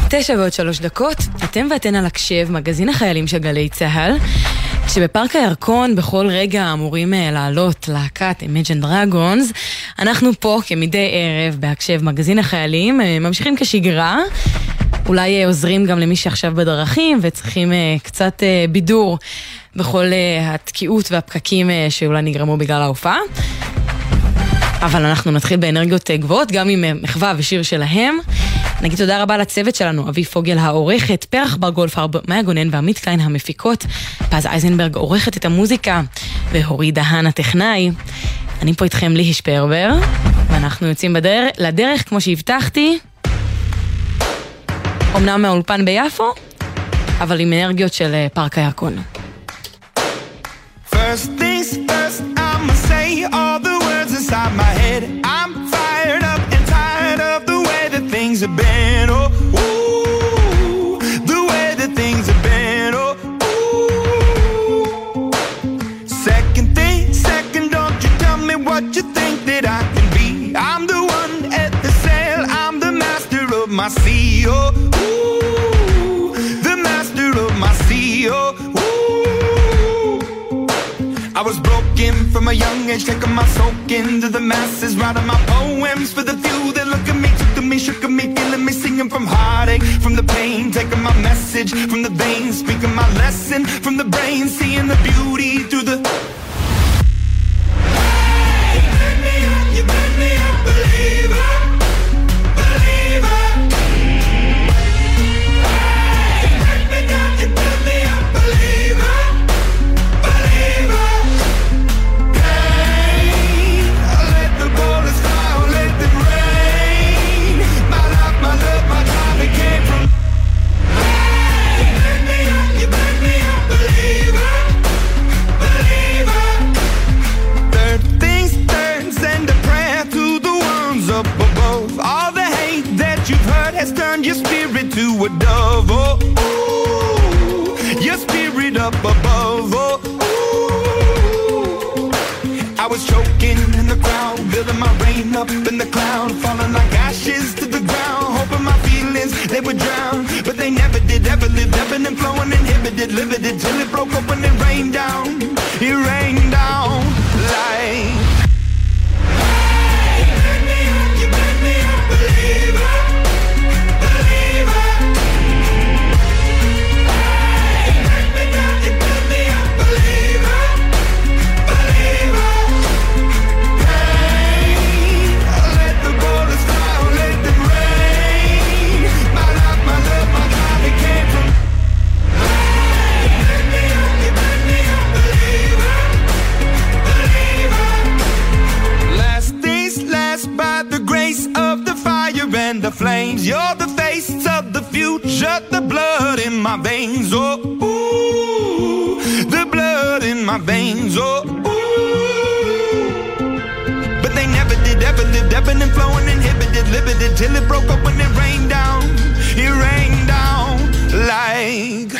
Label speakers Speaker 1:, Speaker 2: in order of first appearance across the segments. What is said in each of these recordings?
Speaker 1: 9:03, אתם ואתן על הקשב, מגזין החיילים של גלי צהל, שבפארק הירקון בכל רגע אמורים לעלות להקת Imagine Dragons. אנחנו פה כמדי ערב בהקשב מגזין החיילים, ממשיכים כשגרה, אולי עוזרים גם למי שעכשיו בדרכים וצריכים קצת בידור בכל התקיעות והפקקים שאולי נגרמו בגלל ההופעה. אבל אנחנו נתחיל באנרגיות גבוהות, גם עם מחווה ושיר שלהם. נגיד תודה רבה לצוות שלנו, אבי פוגל העורכת, פרח בר גולפר, מאיה גונן ועמית קליין המפיקות, פז אייזנברג עורכת את המוזיקה, והורי דהן הטכנאי. אני פה איתכם ליהי שפרבר, ואנחנו יוצאים לדרך כמו שהבטחתי, אמנם מהאולפן ביפו, אבל עם אנרגיות של פארק הירקון.
Speaker 2: First things first, I'ma say all the words inside my head. I'm fired up and tired of the way that things have been. Oh, ooh, the way that things have been. Oh, ooh. Second, don't you tell me what you think that I can be. I'm the one at the sail, I'm the master of my sea. Oh, ooh, the master of my sea. Oh, I was broken from a young age, taking my soak into the masses, writing my poems for the few that look at me, took at me, shook at me, feeling me, singing from heartache, from the pain, taking my message from the veins, speaking my lesson from the brain, seeing the beauty through the... Hey, you made me a believer, believer. Hey, you made me down, you made me a believer. Has turned your spirit to a dove, oh, ooh, your spirit up above, oh, ooh. I was choking in the crowd, building my rain up in the cloud, falling like ashes to the ground, hoping my feelings, they would drown, but they never did, ever lived, ebbing and flowing, inhibited, limited, till it broke up when it rained down like... Hey, you made me a believer. And the flames, you're the face of the future, the blood in my veins, oh, ooh, the blood in my veins, oh, ooh. But they never did, ever lived, ebbing and flowing, inhibited, limited, till it broke up when it rained down like...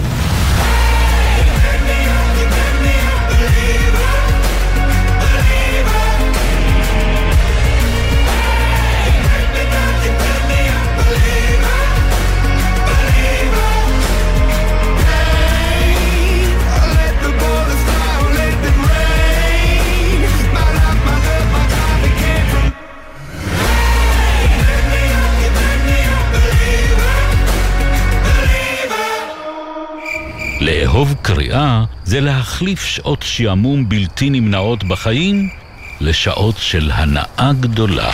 Speaker 3: לאהוב קריאה זה להחליף שעות שעמום בלתי נמנעות בחיים לשעות של הנאה גדולה.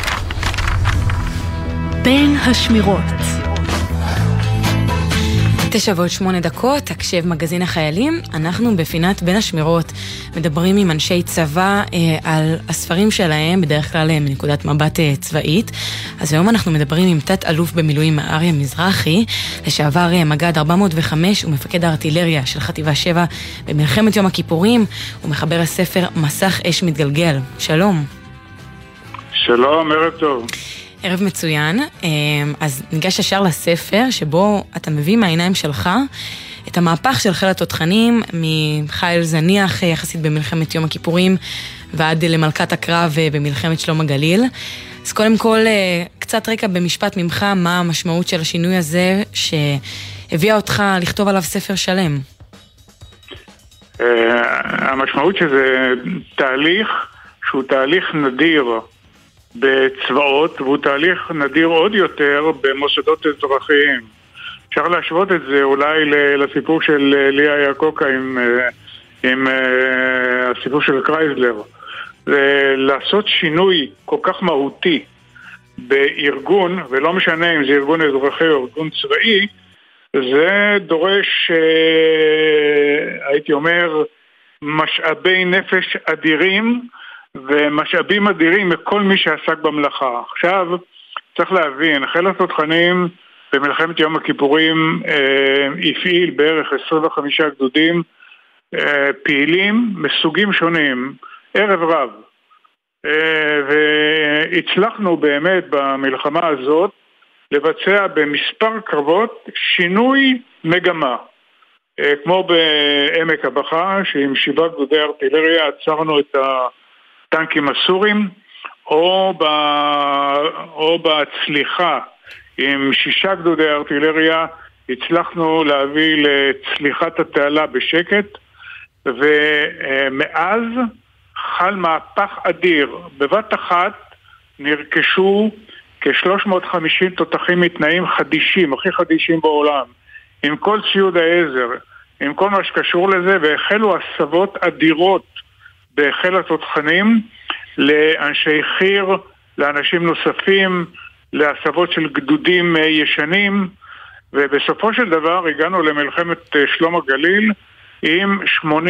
Speaker 4: בין השמירות
Speaker 1: 9:08, הקשב מגזין החיילים. אנחנו בפינת בין השמירות מדברים עם אנשי צבא על הספרים שלהם, בדרך כלל מנקודת מבט צבאית. אז היום אנחנו מדברים עם תת אלוף במילואים אריה מזרחי, לשעבר מג"ד 405 ומפקד הארטילריה של חטיבה 7 במלחמת יום הכיפורים, ומחבר הספר מסך אש מתגלגל. שלום.
Speaker 5: שלום, ערב טוב.
Speaker 1: ערב מצוין. אז ניגש ישר לספר שבו אתה מביא מהעיניים שלך את המהפך של חיל התותחנים מחייל זניח יחסית במלחמת יום הכיפורים ועד למלכת הקרב במלחמת שלום הגליל. אז קודם כל, קצת רקע במשפט ממך, מה המשמעות של השינוי הזה שהביאה אותך לכתוב עליו ספר שלם?
Speaker 5: המשמעות שזה תהליך שהוא תהליך נדיר בצבאות, והוא תהליך נדיר עוד יותר במוסדות אזרחיים. אפשר להשוות את זה אולי לסיפור של ליה יעקוקה עם הסיפור של קרייזלר. לעשות שינוי כל כך מהותי בארגון, ולא משנה אם זה ארגון אזרחי או ארגון צבאי, זה דורש, הייתי אומר, משאבי נפש אדירים ומשאבים אדירים מכל מי שעסק במלאכה. עכשיו צריך להבין, חיל התותחנים במלחמת יום הכיפורים הפעיל בערך 25 גדודים פעילים מסוגים שונים, ערב רב, והצלחנו באמת במלחמה הזאת לבצע במספר קרבות שינוי מגמה, כמו בעמק הבכה, שעם 7 גדודי ארטילריה עצרנו את הטנקים הסורים, או בהצליחה עם 6 גדודי ארטילריה הצלחנו להביא לצליחת התעלה בשקט, ומאז חל מהפך אדיר. בבת אחת נרכשו כ-350 תותחים מתנאים חדישים, הכי חדישים בעולם, עם כל ציוד העזר, עם כל מה שקשור לזה, והחלו הסבות אדירות בחיל התותחנים לאנשי חי"ר, לאנשים נוספים, להסבות של גדודים ישנים, ובסופו של דבר הגענו למלחמת שלום הגליל עם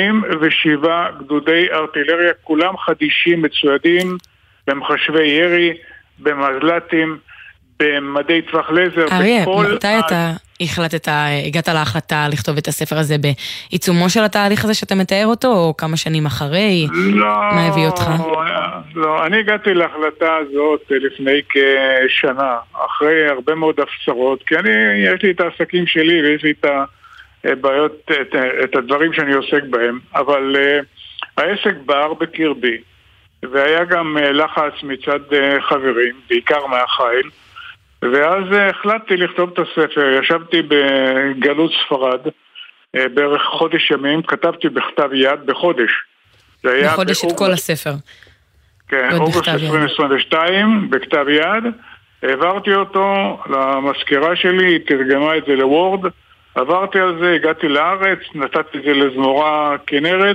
Speaker 5: 87 גדודי ארטילריה, כולם חדישים, מצוידים במחשבי ירי, במזל"טים, במדי טווח לזר.
Speaker 1: אריה, מתי אתה הגעת להחלטה לכתוב את הספר הזה בעיצומו של התהליך הזה שאתה מתאר אותו, או כמה שנים אחרי? מה הביא אותך?
Speaker 5: לא, אני הגעתי להחלטה הזאת לפני כשנה, אחרי הרבה מאוד הפצרות, כי יש לי את העסקים שלי ויש לי את הבעיות, את הדברים שאני עוסק בהם, אבל העסק בער בקרבי, והיה גם לחץ מצד חברים, בעיקר מהחיל, ואז החלטתי לכתוב את הספר. ישבתי בגלות ספרד בערך חודש ימים, כתבתי בכתב יד בחודש.
Speaker 1: בחודש את כל הספר.
Speaker 5: כן, אוגוסט 2022, בכתב יד. העברתי אותו למזכירה שלי, היא תרגמה את זה לוורד, עברתי על זה, הגעתי לארץ, נתתי את זה לזמורה כנרת,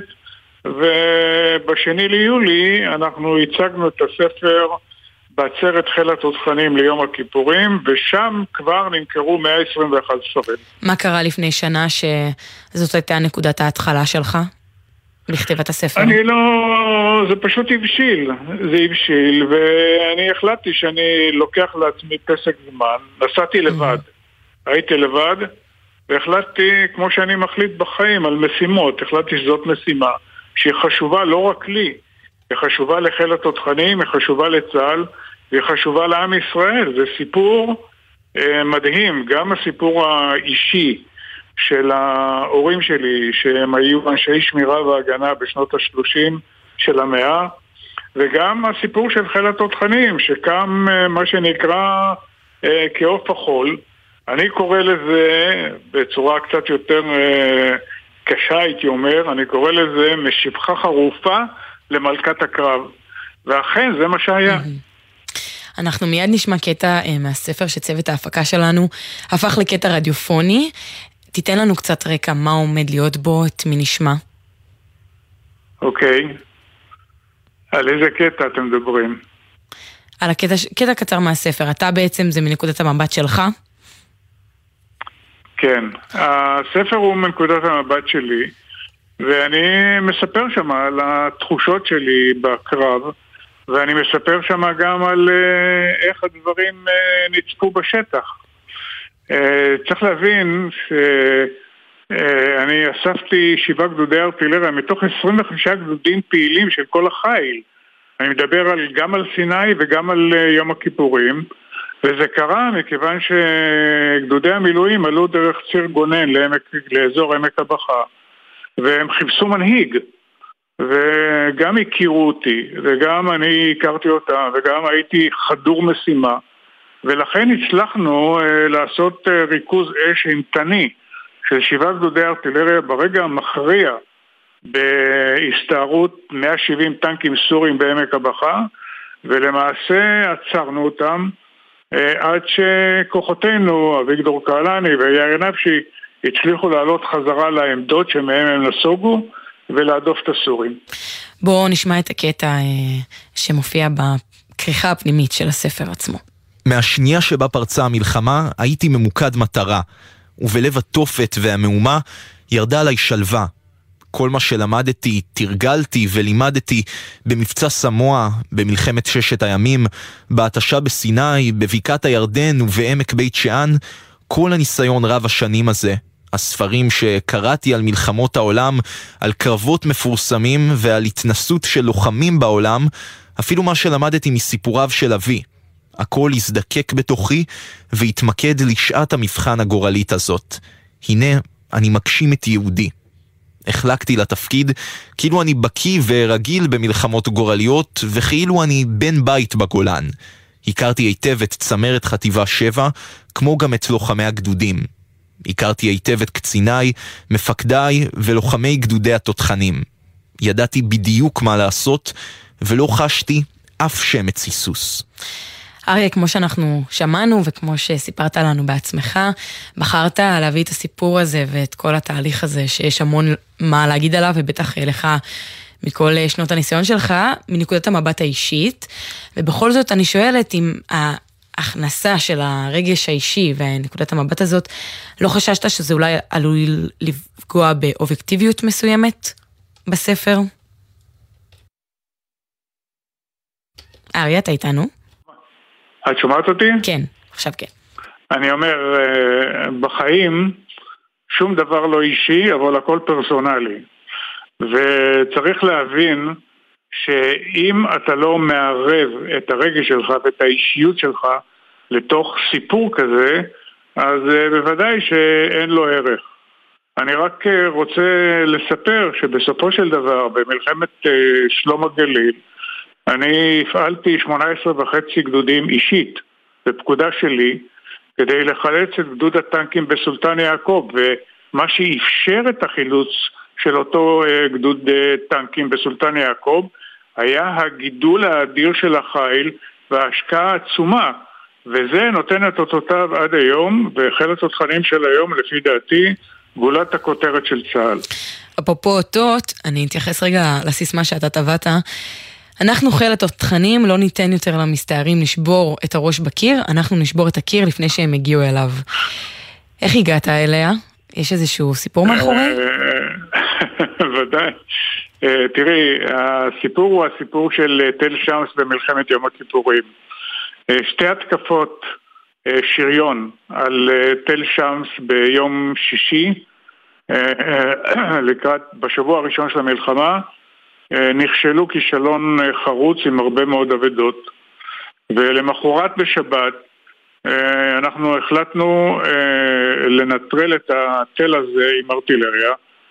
Speaker 5: ובשני ליולי אנחנו הצגנו את הספר בעצרת חיל התותחנים ליום הכיפורים, ושם כבר נמכרו 121 ספרים.
Speaker 1: מה קרה לפני שנה שזאת הייתה נקודת ההתחלה שלך בכתיבת הספר?
Speaker 5: זה פשוט הבשיל, ואני החלטתי שאני לוקח לעצמי פסק זמן, נסעתי לבד, הייתי לבד, והחלטתי, כמו שאני מחליט בחיים, על משימות, החלטתי שזאת משימה שהיא חשובה לא רק לי, היא חשובה לחיל התותחנים, היא חשובה לצה"ל, והיא חשובה לעם ישראל. זה סיפור מדהים, גם הסיפור האישי של ההורים שלי, שהם היו אנשי שמירה והגנה בשנות ה-30 של המאה, וגם הסיפור של חיל התותחנים, שקם מה שנקרא כעוף החול. אני קורא לזה בצורה קצת יותר קשה, הייתי אומר, אני קורא לזה משפחה חרופה למלכת הקרב. ואכן, זה מה שהיה.
Speaker 1: אנחנו מיד נשמע קטע מהספר שצוות ההפקה שלנו הפך לקטע רדיופוני. תיתן לנו קצת רקע מה עומד להיות בו, את מי נשמע.
Speaker 5: אוקיי. על איזה קטע אתם מדברים?
Speaker 1: על קטע קצר מהספר. אתה בעצם, זה מנקודת המבט שלך?
Speaker 5: כן. הספר הוא מנקודת המבט שלי, ואני מספר שם על התחושות שלי בקרב, ואני מספר שם גם על איך הדברים נצפו בשטח. צריך להבין שאני אספתי 7 גדודי ארטילריה מתוך 25 גדודים פעילים של כל החיל. אני מדבר גם על סיני וגם על יום הכיפורים, וזה קרה מכיוון שגדודי המילואים עלו דרך ציר גונן לאזור עמק הבכה, והם חיפשו מנהיג. וגם הכירו אותי, וגם אני הכרתי אותה, וגם הייתי חדור משימה, ולכן הצלחנו לעשות ריכוז אש אימתני של 7 גדודי ארטילריה ברגע המכריע בהסתערות 170 טנקים סורים בעמק הבכה, ולמעשה עצרנו אותם עד שכוחותינו, אביגדור קהלני ויאיר נפשי, הצליחו לעלות חזרה לעמדות שמהם הם נסוגו ולהדוף את הסורים.
Speaker 1: בואו נשמע את הקטע שמופיע בכריכה הפנימית של הספר עצמו.
Speaker 4: מהשנייה שבה פרצה המלחמה הייתי ממוקד מטרה, ובלב התופת והמהומה ירדה עליי שלווה. כל מה שלמדתי, תרגלתי ולימדתי במבצע סמוע, במלחמת 6 הימים, בהתשה בסיני, בבקעת הירדן ובעמק בית שאן, כל הניסיון רב השנים הזה, הספרים שקראתי על מלחמות העולם, על קרבות מפורסמים ועל התנסות של לוחמים בעולם, אפילו מה שלמדתי מסיפוריו של אבי, הכל הזדקק בתוכי והתמקד לשעת המבחן הגורלית הזאת. הנה, אני מגשים את יהודי. החלקתי לתפקיד כאילו אני בקי ורגיל במלחמות גורליות וכאילו אני בן בית בגולן. הכרתי היטב את צמרת חטיבה 7 כמו גם את לוחמי הגדודים. הכרתי היטב את קציניי, מפקדיי ולוחמי גדודי התותחנים. ידעתי בדיוק מה לעשות ולא חשתי אף שמץ היסוס.
Speaker 1: אריה, כמו שאנחנו שמענו וכמו שסיפרת לנו בעצמך, בחרת להביא את הסיפור הזה ואת כל התהליך הזה שיש המון מה להגיד עליו, ובטח לך מכל שנות הניסיון שלך, מנקודת המבט האישית, ובכל זאת אני שואלת אם ההכנסה של הרגש האישי ונקודת המבט הזאת, לא חששת שזה אולי עלול לפגוע באובייקטיביות מסוימת בספר? אריה, אתה איתנו?
Speaker 5: את שומעת אותי?
Speaker 1: כן, עכשיו כן.
Speaker 5: אני אומר, בחיים שום דבר לא אישי, אבל הכל פרסונלי. וצריך להבין שאם אתה לא מערב את הרגש שלך ואת האישיות שלך לתוך סיפור כזה, אז בוודאי שאין לו ערך. אני רק רוצה לספר שבסופו של דבר, במלחמת שלום הגליל, אני הפעלתי 18.5 גדודים אישית בפקודה שלי כדי לחלץ את גדוד הטנקים בסולטן יעקב, ומה שאפשר את החילוץ של אותו גדוד טנקים בסולטן יעקב היה הגידול האדיר של החיל וההשקעה העצומה, וזה נותן את אותותיו עד היום, וחיל התותחנים של היום לפי דעתי גולת הכותרת של צה"ל.
Speaker 1: אפרופו אותות, אני אתייחס רגע לסיסמה שאתה טבעת. אנחנו חיל התותחנים, לא ניתן יותר למסתערים לשבור את הראש בקיר, אנחנו נשבור את הקיר לפני שהם הגיעו אליו. איך הגעת אליה? יש איזשהו סיפור מאחורי?
Speaker 5: ודאי. תראי, הסיפור הוא הסיפור של תל שמס במלחמת יום הכיפורים. 2 התקפות שריון על תל שמס ביום שישי, לקראת בשבוע הראשון של המלחמה, נכשלו כישלון חרוץ עם הרבה מאוד אבדות. ולמחרת בשבת אנחנו החלטנו לנטרל את התל הזה עם ארטילריה,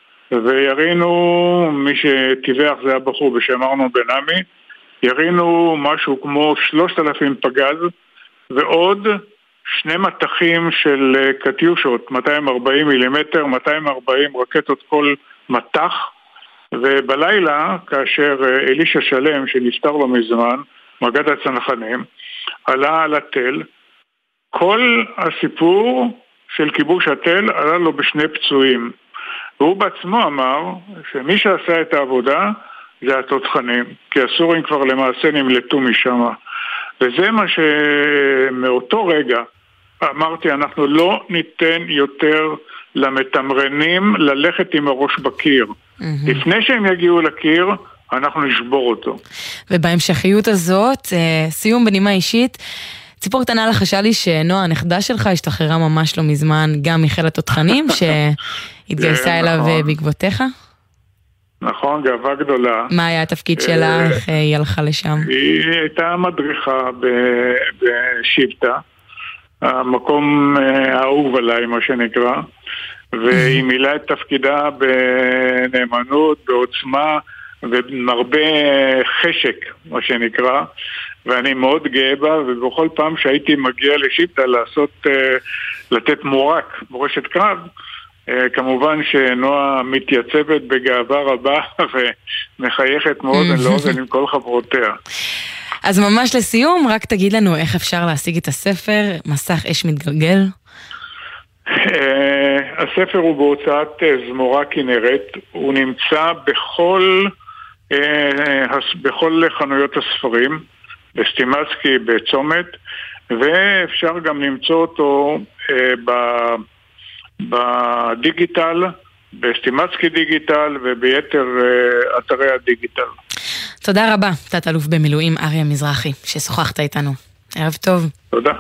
Speaker 5: וירינו, מי שטיווח זה הבחור בשם ארנון בן עמי, ירינו משהו כמו 3,000 פגז ועוד 2 מטחים של קטיושות, 240 מילימטר, 240 רקטות כל מטח. ובלילה, כאשר אלישע שלם, שנפטר לו מזמן, מג"ד הצנחנים, עלה על התל, כל הסיפור של כיבוש התל עלה לו ב2 פצועים. והוא בעצמו אמר שמי שעשה את העבודה זה התותחנים, כי הסורים כבר למעשה נמלטו משם. וזה מה שמאותו רגע אמרתי, אנחנו לא ניתן יותר למתמרנים ללכת עם הראש בקיר. לפני שהם יגיעו לקיר, אנחנו נשבור אותו.
Speaker 1: ובהמשכיות הזאת, סיום בנימה אישית, ציפור קטנה לחשה לי שנועה, הנכדה שלך, השתחררה ממש לא מזמן גם מחיל התותחנים, שהתגייסה אליו בעקבותיך.
Speaker 5: נכון, גאווה גדולה.
Speaker 1: מה היה התפקיד שלה? איך היא הלכה לשם?
Speaker 5: היא הייתה מדריכה בשבטה, המקום האהוב עליי, מה שנקרא, והיא מילאה את תפקידה בנאמנות, בעוצמה, ומרבה חשק, מה שנקרא, ואני מאוד גאה בה, ובכל פעם שהייתי מגיע לשיפטה לתת מורק, מורשת קרב, כמובן שנועה מתייצבת בגאווה רבה ומחייכת מאוזן לאוזן עם כל חברותיה.
Speaker 1: אז ממש לסיום, רק תגיד לנו איך אפשר להשיג את הספר, מסך אש מתגלגל.
Speaker 5: הספר הוא בהוצאת זמורה כנרת, הוא נמצא בכל חנויות הספרים, בסטימצקי בצומת, ואפשר גם למצוא אותו בדיגיטל, בסטימצקי דיגיטל וביתר אתרי הדיגיטל.
Speaker 1: תודה רבה, תת-אלוף במילואים אריה מזרחי, ששוחחת איתנו. ערב טוב.
Speaker 5: תודה.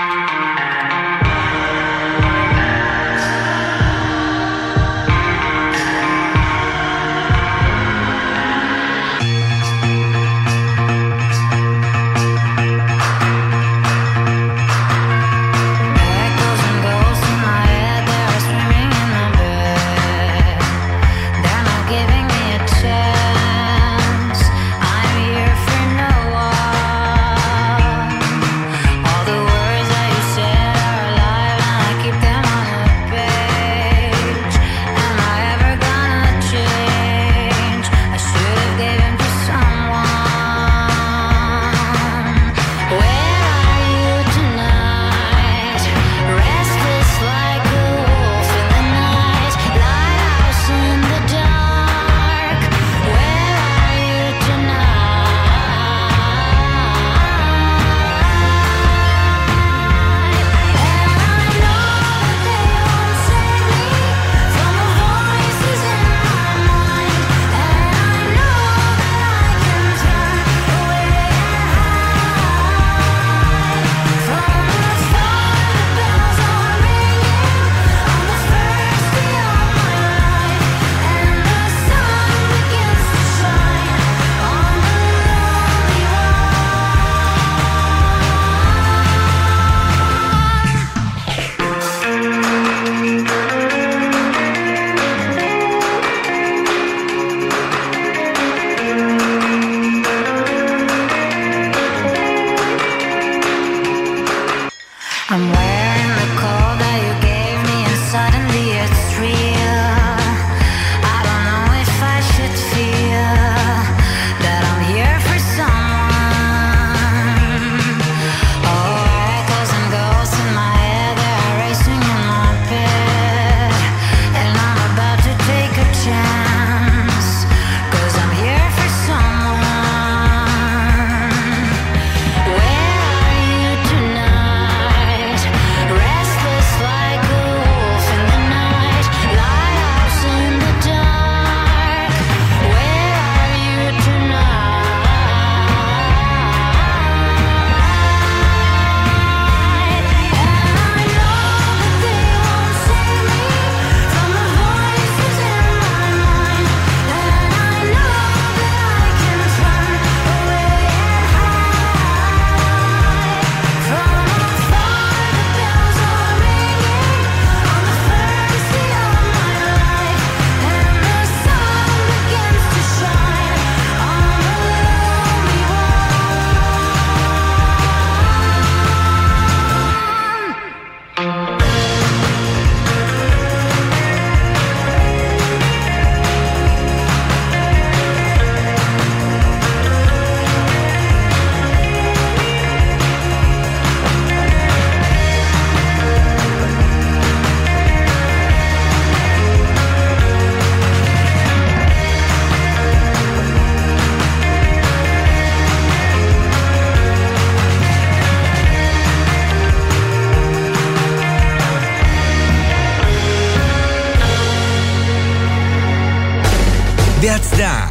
Speaker 6: בהצדעה.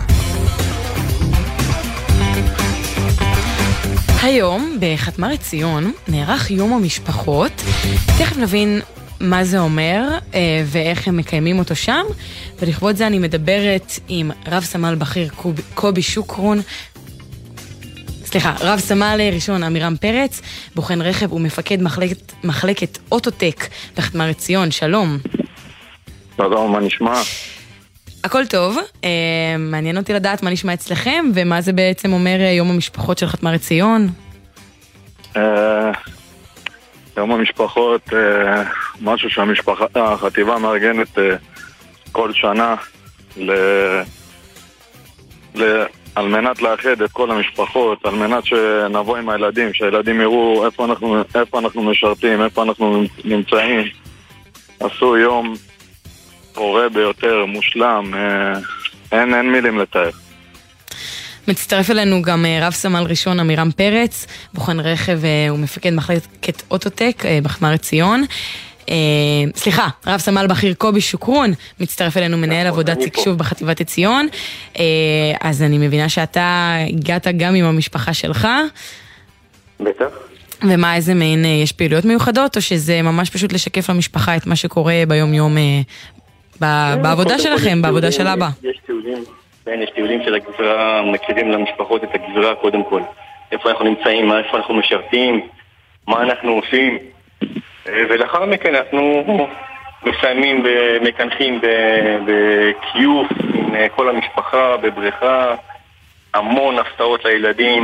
Speaker 1: היום בחתמר ציון נערך יום המשפחות. תכף נבין מה זה אומר ואיך הם מקיימים אותו שם, ולכבוד זה אני מדברת עם רב סמל בכיר קובי שוקרון, רב סמל ראשון אמירם פרץ, בוחן רכב ומפקד מחלקת אוטוטק בחתמר ציון. שלום.
Speaker 7: שלום, מה נשמע?
Speaker 1: הכל טוב, מעניין אותי לדעת מה נשמע אצלכם, ומה זה בעצם אומר יום המשפחות של חטמ"ר עציון?
Speaker 6: יום המשפחות, משהו שהחטיבה מארגנת כל שנה על מנת לאחד את כל המשפחות, על מנת שנבוא עם הילדים, שהילדים יראו איפה אנחנו משרתים, איפה אנחנו נמצאים. עשו יום פורה ביותר, מושלם, אין מילים לתאר.
Speaker 1: מצטרף אלינו גם רב סמל ראשון אמירם פרץ, בוחן רכב ומפקד מחלקת אוטוטק בחטמ"ר עציון. סליחה, רב סמל בכיר קובי שוקרון, מצטרף אלינו מנהל עבודת תקשוב בחטיבת עציון. אז אני מבינה שאתה הגעת גם עם המשפחה שלך.
Speaker 7: בטח.
Speaker 1: ומה, איזה מעין, יש פעילויות מיוחדות, או שזה ממש פשוט לשקף למשפחה את מה שקורה ביום יום בעבודה שלכם, בעבודה של אבא?
Speaker 7: יש טיולים של הגזרה, מכירים למשפחות את הגזרה קודם כל. איפה אנחנו נמצאים, איפה אנחנו משרתים, מה אנחנו עושים. ולאחר מכן אנחנו מסיימים ומקנחים בקיוף עם כל המשפחה, בבריכה, המון הפתעות לילדים.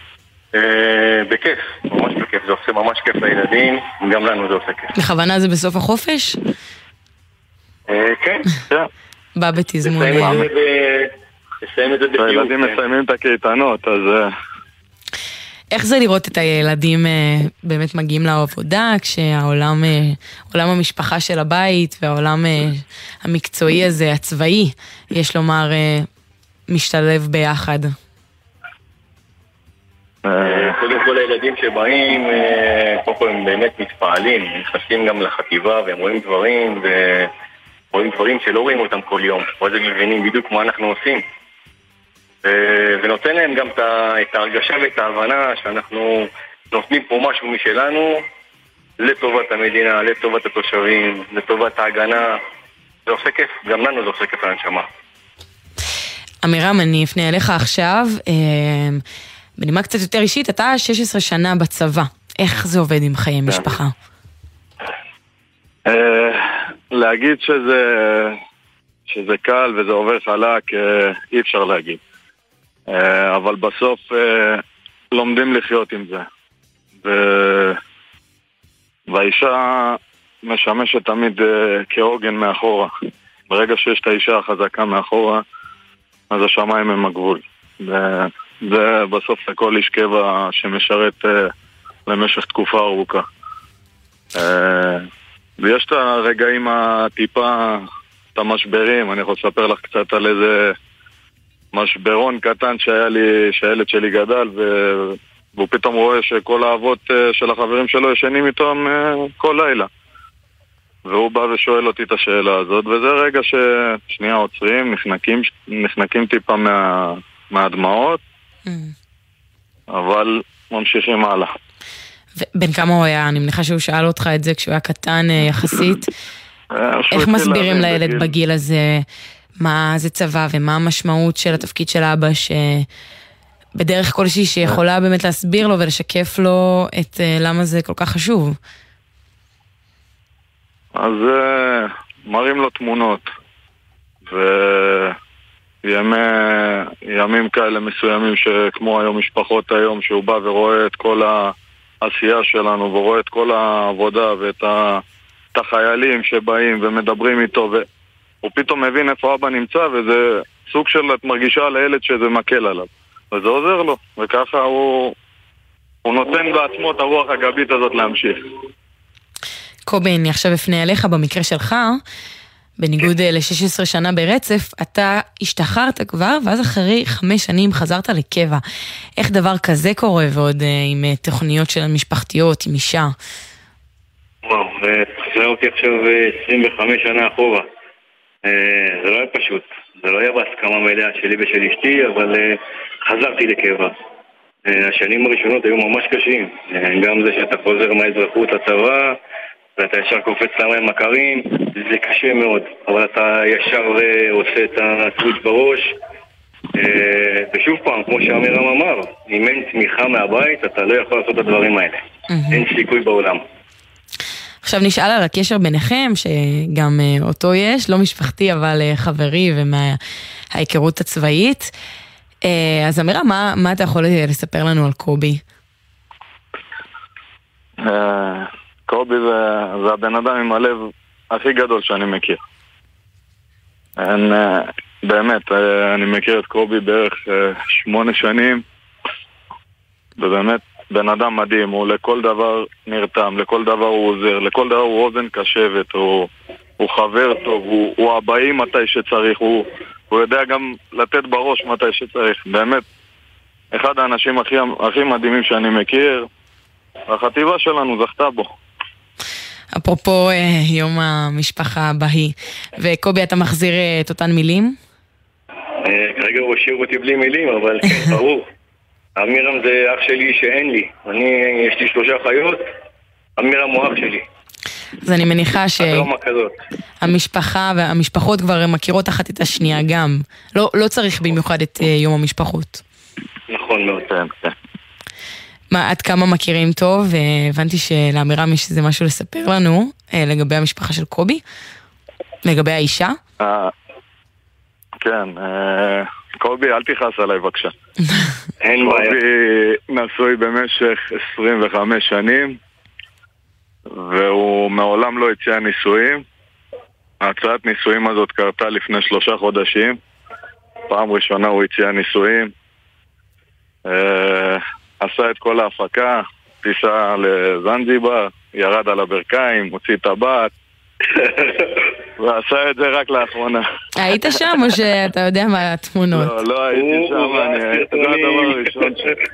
Speaker 7: בכיף, ממש בכיף, זה עושה ממש כיף לילדים, גם לנו זה עושה כיף.
Speaker 1: בכוונה זה בסוף החופש?
Speaker 7: כן.
Speaker 1: בא בתזמון.
Speaker 7: לסיים את זה בקיוף.
Speaker 6: הילדים מסיימים את הקייטנות, אז...
Speaker 1: איך זה לראות את הילדים באמת מגיעים לעבודה, כשהעולם, עולם המשפחה של הבית והעולם המקצועי הזה, הצבאי, יש לומר, משתלב ביחד?
Speaker 7: קודם כל הילדים שבאים, קודם כל הם באמת מתפעלים, נכנסים גם לחטיבה והם רואים דברים שלא רואים אותם כל יום, ואז הם מבינים בדיוק מה אנחנו עושים. ונותן להם גם את ההרגשה ואת ההבנה שאנחנו נותנים פה משהו משלנו לטובת המדינה, לטובת התושבים, לטובת ההגנה. זה עושה כיף, גם לנו זה עושה כיף להנשמה.
Speaker 1: אמירם, אני אפנה אליך עכשיו, בנימה קצת יותר אישית, אתה 16 שנה בצבא, איך זה עובד עם חיי משפחה?
Speaker 6: להגיד שזה קל וזה עובר חלק, אי אפשר להגיד. אבל בסוף לומדים לחיות עם זה. והאישה משמשת תמיד כעוגן מאחורה. ברגע שיש את האישה החזקה מאחורה, אז השמיים הם הגבול. זה בסוף לכל איש קבע שמשרת למשך תקופה ארוכה. ויש את הרגעים הטיפה, את המשברים. אני יכול לספר לך קצת על איזה משברון קטן שהילד שלי גדל, והוא פתאום רואה שכל האבות של החברים שלו ישנים איתם כל לילה. והוא בא ושואל אותי את השאלה הזאת, וזה רגע ששנייה עוצרים, נחנקים טיפה מהדמעות, אבל ממשיכים הלאה.
Speaker 1: בן כמה הוא היה? אני מניחה שהוא שאל אותך את זה כשהוא היה קטן יחסית. איך מסבירים לילד בגיל הזה מה זה צבא ומה המשמעות של התפקיד של אבא, שבדרך כלשהי שיכולה באמת להסביר לו ולשקף לו את למה זה כל כך חשוב?
Speaker 6: אז מראים לו תמונות, וימים כאלה מסוימים שכמו היום משפחות היום, שהוא בא ורואה את כל העשייה שלנו ורואה את כל העבודה ואת החיילים שבאים ומדברים איתו, והוא פתאום מבין איפה אבא נמצא, וזה סוג של את מרגישה לילד שזה מקל עליו, וזה עוזר לו, וככה הוא נותן בעצמו את הרוח הגבית הזאת להמשיך.
Speaker 1: קובי, אני עכשיו אפנה אליך במקרה שלך, בניגוד ל-16 שנה ברצף, אתה השתחררת כבר, ואז אחרי 5 שנים חזרת לקבע. איך דבר כזה קורה, ועוד עם תוכניות של המשפחתיות, עם אישה?
Speaker 7: וואו, חזרה אותי עכשיו 25 שנה אחורה. זה לא היה פשוט, זה לא היה בהסכמה מלאה שלי ושל אשתי, אבל חזרתי לקבע. השנים הראשונות היו ממש קשים, גם זה שאתה חוזר מהאזרחות לצבא, ואתה ישר קופץ למים הקרים, זה קשה מאוד, אבל אתה ישר עושה את הסוויץ' בראש, ושוב פעם, כמו שאמירם אמר, אם אין תמיכה מהבית, אתה לא יכול לעשות את הדברים האלה. אין סיכוי בעולם.
Speaker 1: עכשיו נשאל על הקשר ביניכם, שגם אותו יש, לא משפחתי אבל חברי ומההיכרות הצבאית. אז אמירה, מה אתה יכול לספר לנו על קובי?
Speaker 6: קובי זה הבן אדם עם הלב הכי גדול שאני מכיר. באמת, אני מכיר את קובי בערך 8 שנים, ובאמת בן אדם מדהים, הוא לכל דבר נרתם, לכל דבר הוא עוזר, לכל דבר הוא אוזן קשבת, הוא חבר טוב, הוא הבאי מתי שצריך, הוא יודע גם לתת בראש מתי שצריך. באמת, אחד האנשים הכי מדהימים שאני מכיר, החטיבה שלנו זכתה בו.
Speaker 1: אפרופו יום המשפחה הבאי, וקובי, אתה מחזיר את אותן מילים?
Speaker 7: כרגע הוא השאיר אותי בלי מילים, אבל כן, ברור. אמירם זה אח שלי שאין לי. יש לי 3 אחיות, אמירם הוא אח שלי.
Speaker 1: אז אני מניחה שהמשפחה והמשפחות כבר מכירות אחת את השנייה גם. לא צריך במיוחד את יום המשפחות.
Speaker 7: נכון מאוד. כן.
Speaker 1: עד כמה מכירים טוב, והבנתי שלאמירם יש איזה משהו לספר לנו לגבי המשפחה של קובי, לגבי האישה.
Speaker 6: כן, קובי, אל תכעס עליי בבקשה.
Speaker 7: אין בעיה.
Speaker 6: קובי נשוי במשך 25 שנים, והוא מעולם לא הציע נישואים. הצעת נישואים הזאת קרתה לפני 3 חודשים. פעם ראשונה הוא הציע נישואים. עשה את כל ההפקה, טיסה לזנזיבר, ירד על הברכיים, הוציא את הבת, ועשה את זה רק לאחרונה.
Speaker 1: היית שם או שאתה יודע מה התמונות?
Speaker 6: לא הייתי שם, זה הדבר הראשון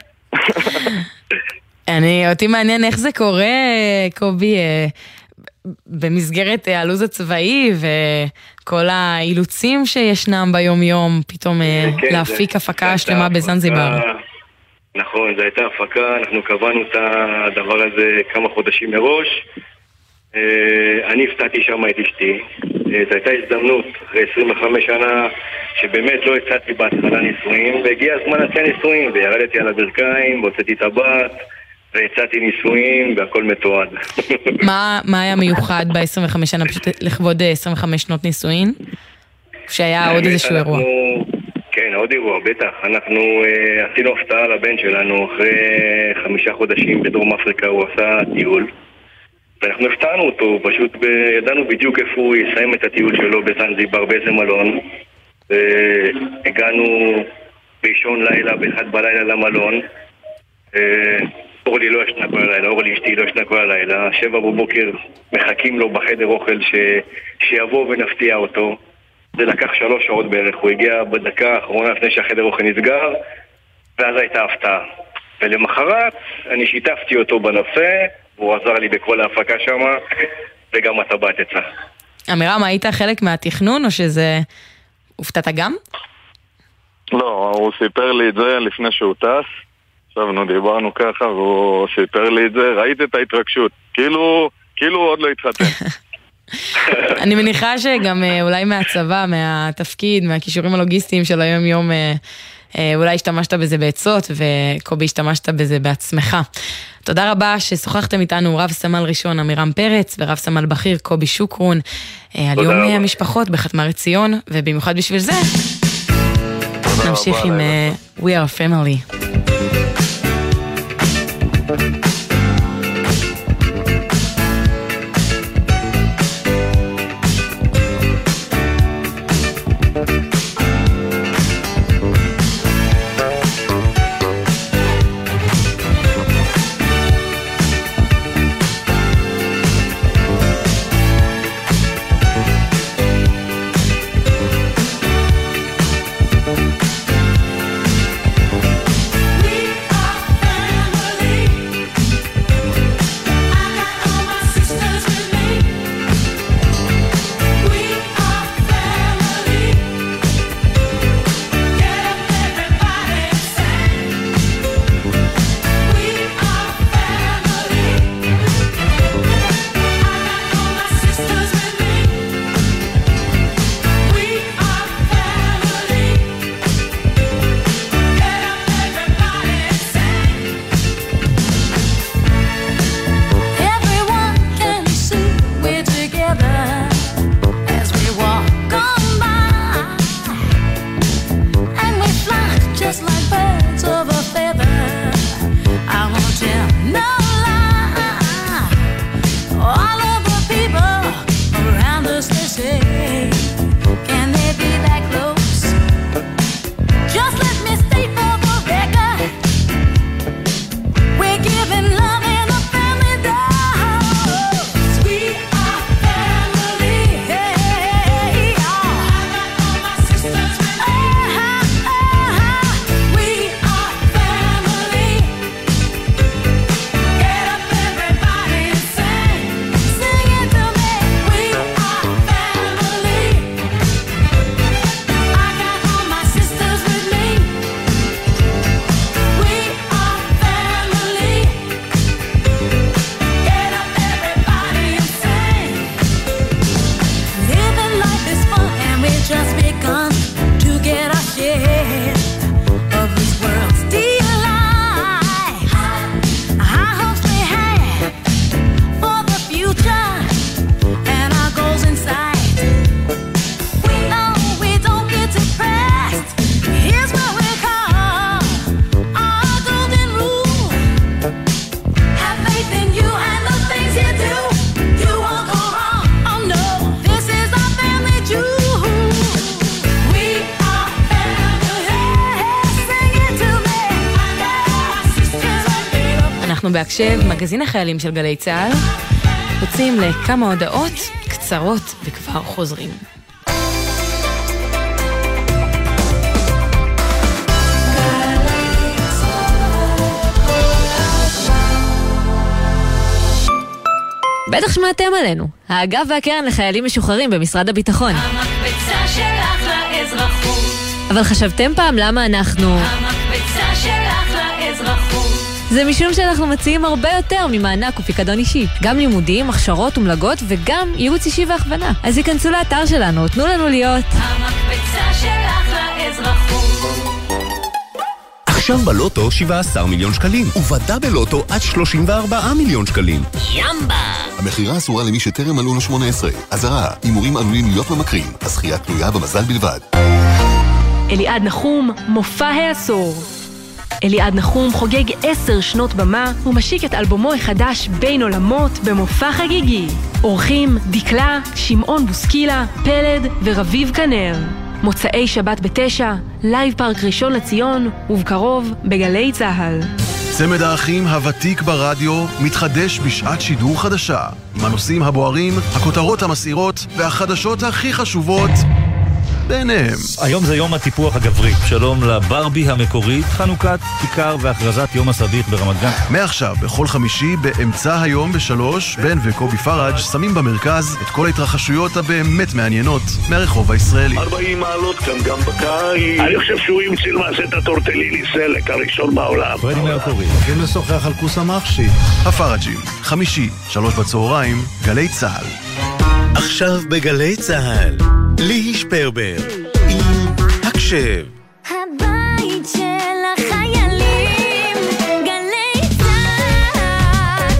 Speaker 1: אותי מעניין איך זה קורה, קובי, במסגרת הלוז הצבאי וכל האילוצים שישנם ביום יום, פתאום להפיק הפקה שלמה בזנזיבר.
Speaker 7: נכון, זו הייתה הפקה, אנחנו קבענו את הדבר הזה כמה חודשים מראש. אני הפתעתי שם את אשתי. זו הייתה הזדמנות, אחרי 25 שנה, שבאמת לא הצעתי בהתחלה נישואים, והגיע הזמן להציע נישואים, וירדתי על הברכיים, והוצאתי את הבת, והצעתי נישואים, והכל מתועד.
Speaker 1: מה היה מיוחד ב-25 שנה, פשוט לכבוד 25 שנות נישואים? שהיה עוד איזשהו אירוע?
Speaker 7: כן, עוד אירוע, בטח. אנחנו עשינו הפתעה לבן שלנו אחרי 5 חודשים בדרום אפריקה, הוא עשה טיול. ואנחנו הפתענו אותו, פשוט ידענו בדיוק איפה הוא יסיים את הטיול שלו בזנזיבר, באיזה מלון. הגענו באישון לילה, ב1 בלילה למלון. אורלי לא ישנה כל הלילה, אורלי אשתי לא ישנה כל הלילה. 7 בבוקר מחכים לו בחדר אוכל שיבוא ונפתיע אותו. זה לקח 3 שעות בערך, הוא הגיע בדקה האחרונה לפני שהחדר אוכל נסגר, ואז הייתה הפתעה. ולמחרת אני שיתפתי אותו בנושא, והוא עזר לי בכל ההפקה שם, וגם הטבעת יצא.
Speaker 1: אמירם, היית חלק מהתכנון או שזה... הופתעת גם?
Speaker 6: לא, הוא סיפר לי את זה לפני שהוא טס, עכשיו דיברנו ככה, והוא סיפר לי את זה, ראית את ההתרגשות, כאילו הוא עוד לא התחתן.
Speaker 1: אני מניחה שגם אולי מהצבא, מהתפקיד, מהכישורים הלוגיסטיים של היום יום, אולי השתמשת בזה בעצות, וקובי השתמשת בזה בעצמך. תודה רבה ששוחחתם איתנו רב סמל ראשון אמירם פרץ, ורב סמל בכיר קובי שוקרון, על יום המשפחות בחתמר ציון, ובמיוחד בשביל זה, נמשיך עם We Are Family.
Speaker 8: just begun to get our share of this world's delight. High hopes we had for the future and our goals in sight. We know we don't get depressed. Here's what we call our golden rule. Have faith in you and the things you do. You won't go wrong. Oh no, this is our family jewel. We are family. Sing it to me. Our sisters are made up.
Speaker 1: אנחנו בהקשב, מגזין החיילים של גלי צהל. יוצאים לכמה הודעות קצרות וכבר חוזרים.
Speaker 9: בטח שמעתם עלינו. האגף והקרן לחיילים משוחררים במשרד הביטחון.
Speaker 8: המקבצה שלך לאזרחות.
Speaker 9: אבל חשבתם פעם למה אנחנו...
Speaker 8: המקבצה שלך לאזרחות.
Speaker 9: זה משום שאנחנו מציעים הרבה יותר ממענק ופיקדון אישי. גם לימודים, הכשרות ומלגות וגם ייעוץ אישי והכוונה. אז היכנסו לאתר שלנו, תנו לנו להיות...
Speaker 8: המקבצה שלך לאזרחות.
Speaker 10: עכשיו בלוטו 17 מיליון שקלים, ובדה בלוטו עד 34 מיליון שקלים.
Speaker 8: ימבה!
Speaker 11: המחירה אסורה למי שטרם מלאו לו 18. אזהרה, הימורים עלולים להיות ממכרים. הזכייה תלויה במזל בלבד.
Speaker 12: אליעד נחום, מופע העשור. אליעד נחום חוגג 10 שנות במה ומשיק את אלבומו החדש בין עולמות במופע חגיגי. אורחים דקלה, שמעון בוסקילה, פלד ורביב כנר. מוצאי שבת ב9, לייב פארק ראשון לציון, ובקרוב בגלי צהל.
Speaker 13: צמד האחים הוותיק ברדיו מתחדש בשעת שידור חדשה, עם הנושאים הבוערים, הכותרות המסעירות והחדשות הכי חשובות ביניהם.
Speaker 14: היום זה יום הטיפוח הגברי. שלום לברבי המקורית, חנוכת כיכר והכרזת יום הסביך ברמת גן.
Speaker 13: מעכשיו, בכל חמישי, באמצע היום ב3, בן וקובי פראג' שמים במרכז את כל ההתרחשויות הבאמת מעניינות מהרחוב הישראלי.
Speaker 15: 40 מעלות כאן גם בקיץ. אני חושב שהוא ימציא למעשה את הטורטליני סלק הראשון בעולם.
Speaker 14: פרדי מהקורי.
Speaker 13: הולכים לשוחח על כוס המחשי. הפראג'ים, חמישי, 3 בצהריים, גלי צהל.
Speaker 10: עכשיו בגלי צהל, לי שפרבר, עם הקשב.
Speaker 8: הבית של החיילים, גלי צהל.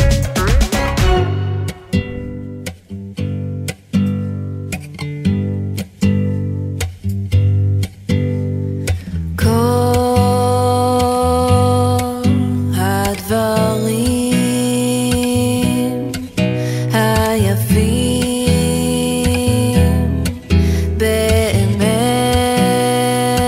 Speaker 8: כל הדברים היפים באמת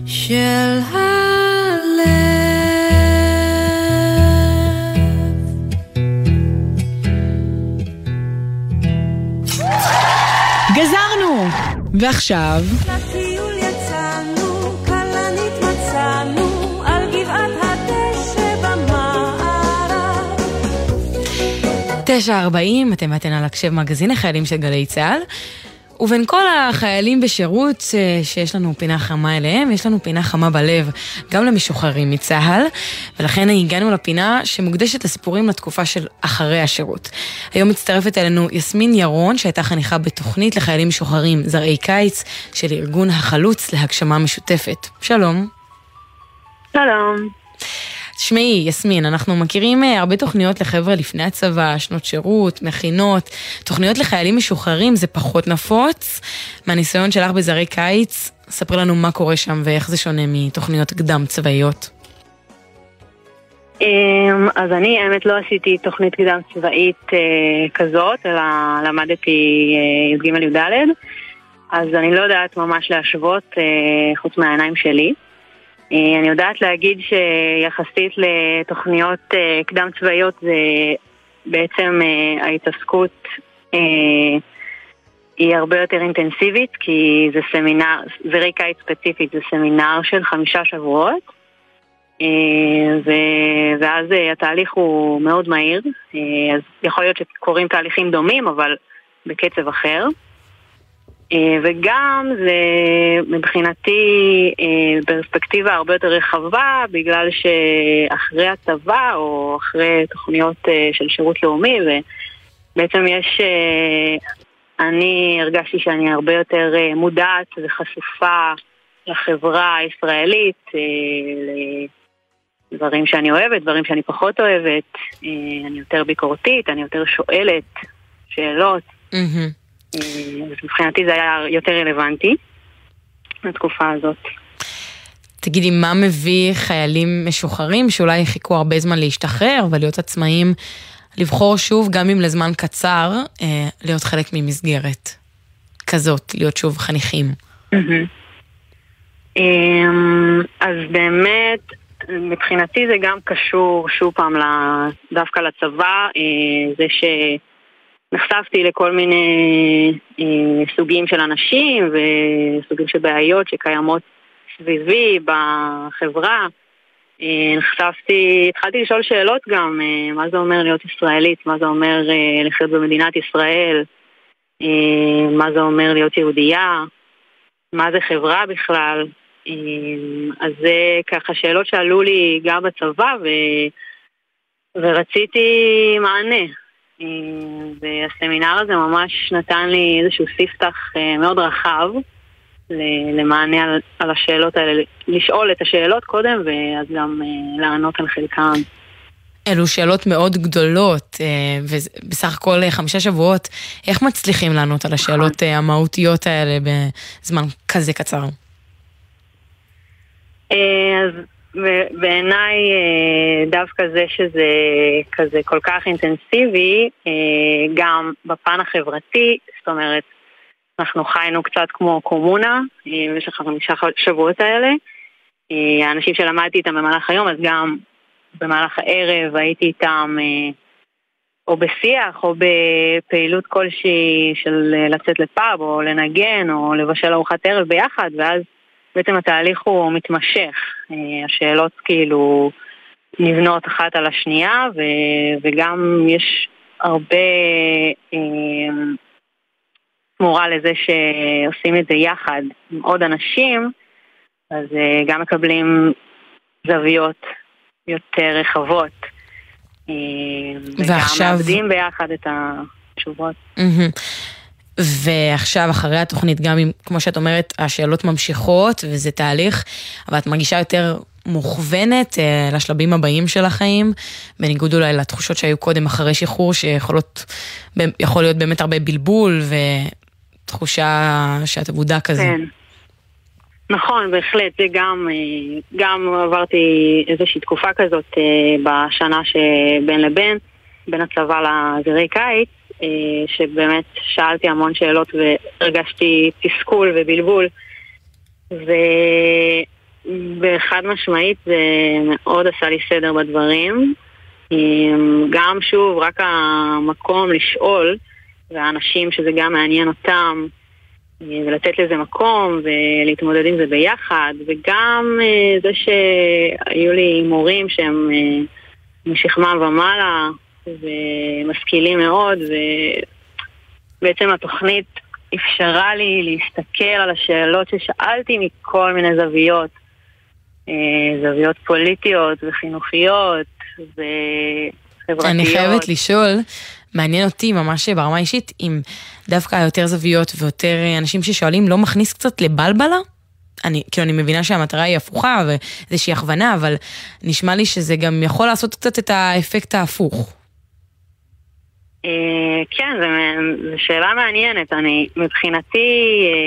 Speaker 8: של הלב.
Speaker 16: גזרנו! ועכשיו...
Speaker 8: לטיול יצאנו, כלנית מצאנו, על גבעת הדשא במערב.
Speaker 1: 9:40, אתם ואתן על הקשב מגזין החיילים של גלי צה"ל. ובין כל החיילים בשירות שיש לנו פינה חמה אליהם, יש לנו פינה חמה בלב, גם למשוחררים מצה"ל, ולכן הגענו לפינה שמוקדשת לסיפורים לתקופה של אחרי השירות. היום מצטרפת אלינו יסמין ירון, שהייתה חניכה בתוכנית לחיילים משוחררים זרעי קיץ, של ארגון החלוץ להגשמה משותפת. שלום.
Speaker 17: שלום.
Speaker 1: תשמעי, יסמין, אנחנו מכירים הרבה תוכניות לחבר'ה לפני הצבא, שנות שירות, מכינות, תוכניות לחיילים משוחררים, זה פחות נפוץ. מהניסיון שלך בזרעי קיץ, ספרי לנו מה קורה שם ואיך זה שונה מתוכניות קדם צבאיות.
Speaker 17: אז אני, האמת, לא עשיתי תוכנית קדם צבאית כזאת, אלא למדתי י"ג-י"ד, אז אני לא יודעת ממש להשוות חוץ מהעיניים שלי. אני יודעת להגיד שיחסית לתוכניות קדם צבאיות זה בעצם ההתעסקות היא הרבה יותר אינטנסיבית, כי זה סמינר, זרעי קיץ ספציפית, זה סמינר של 5 שבועות, ואז התהליך הוא מאוד מהיר, אז יכול להיות שקוראים תהליכים דומים אבל בקצב אחר. וגם זה מבחינתי פרספקטיבה הרבה יותר רחבה, בגלל שאחרי הצבא או אחרי תוכניות של שירות לאומי, ובעצם יש, אני הרגשתי שאני הרבה יותר מודעת וחשופה לחברה הישראלית, לדברים שאני אוהבת, דברים שאני פחות אוהבת, אני יותר ביקורתית, אני יותר שואלת שאלות. אז מבחינתי זה היה יותר רלוונטי לתקופה הזאת.
Speaker 1: תגידי, מה מביא חיילים משוחררים שאולי חיכו הרבה זמן להשתחרר ולהיות עצמאים, לבחור שוב, גם אם לזמן קצר, להיות חלק ממסגרת כזאת, להיות שוב חניכים?
Speaker 17: אז באמת, מבחינתי זה גם קשור שוב פעם דווקא לצבא, זה נחשפתי לכל מיני סוגים של אנשים וסוגים של בעיות שקיימות סביבי בחברה. התחלתי לשאול שאלות גם, מה זה אומר להיות ישראלית, מה זה אומר לחיות במדינת ישראל, מה זה אומר להיות יהודייה, מה זה חברה בכלל. אז זה ככה שאלות שעלו לי גם בצבא ורציתי מענה. והסמינר הזה ממש נתן לי איזשהו ספתח מאוד רחב למענה על השאלות האלה, לשאול את השאלות קודם ואז גם לענות על חלקם.
Speaker 1: אלו שאלות מאוד גדולות, ובסך הכל 5 שבועות, איך מצליחים לענות על השאלות המהותיות האלה בזמן כזה קצר? אז
Speaker 17: בעיניי דווקא זה שזה כזה כל כך אינטנסיבי, גם בפן החברתי, זאת אומרת, אנחנו חיינו קצת כמו קומונה במשך 5 שבועות האלה. האנשים שלמדתי איתם במהלך היום, אז גם במהלך הערב הייתי איתם או בשיח או בפעילות כלשהי של לצאת לפאב או לנגן או לבשל ארוחת ערב ביחד, ואז בעצם התהליך הוא מתמשך. השאלות כאילו נבנות אחת על השנייה, וגם יש הרבה תמורה לזה שעושים את זה יחד עם עוד אנשים, אז גם מקבלים זוויות יותר רחבות. וגם מעבדים ביחד את התשובות.
Speaker 1: ועכשיו אחרי התוכנית, גם אם, כמו שאת אומרת, השאלות ממשיכות וזה תהליך, אבל את מרגישה יותר מוכוונת לשלבים הבאים של החיים, בניגוד אולי לתחושות שהיו קודם אחרי שחרור, שיכול להיות באמת הרבה בלבול ותחושה שאת עבודה כזה.
Speaker 17: כן. נכון, בהחלט, זה גם עברתי איזושהי תקופה כזאת בשנה שבין לבין, בין הצבא לזרעי קיץ, שבאמת שאלתי המון שאלות והרגשתי תסכול ובלבול, בחד משמעית זה מאוד עשה לי סדר בדברים. גם שוב, רק המקום לשאול, והאנשים שזה גם מעניין אותם, ולתת לזה מקום ולהתמודד עם זה ביחד, וגם זה שהיו לי מורים שהם משכמם ומעלה ומשכילים מאוד, ובעצם התוכנית אפשרה לי להסתכל על השאלות ששאלתי מכל מיני זוויות, זוויות פוליטיות וחינוכיות וחברתיות.
Speaker 1: אני חייבת לשאול, מעניין אותי ממש ברמה אישית, אם דווקא יותר זוויות ויותר אנשים ששואלים לא מכניס קצת לבלבלה? אני מבינה שהמטרה היא הפוכה ואיזושהי הכוונה, אבל נשמע לי שזה גם יכול לעשות קצת את האפקט ההפוך.
Speaker 17: כן, זו שאלה מעניינת. מבחינתי,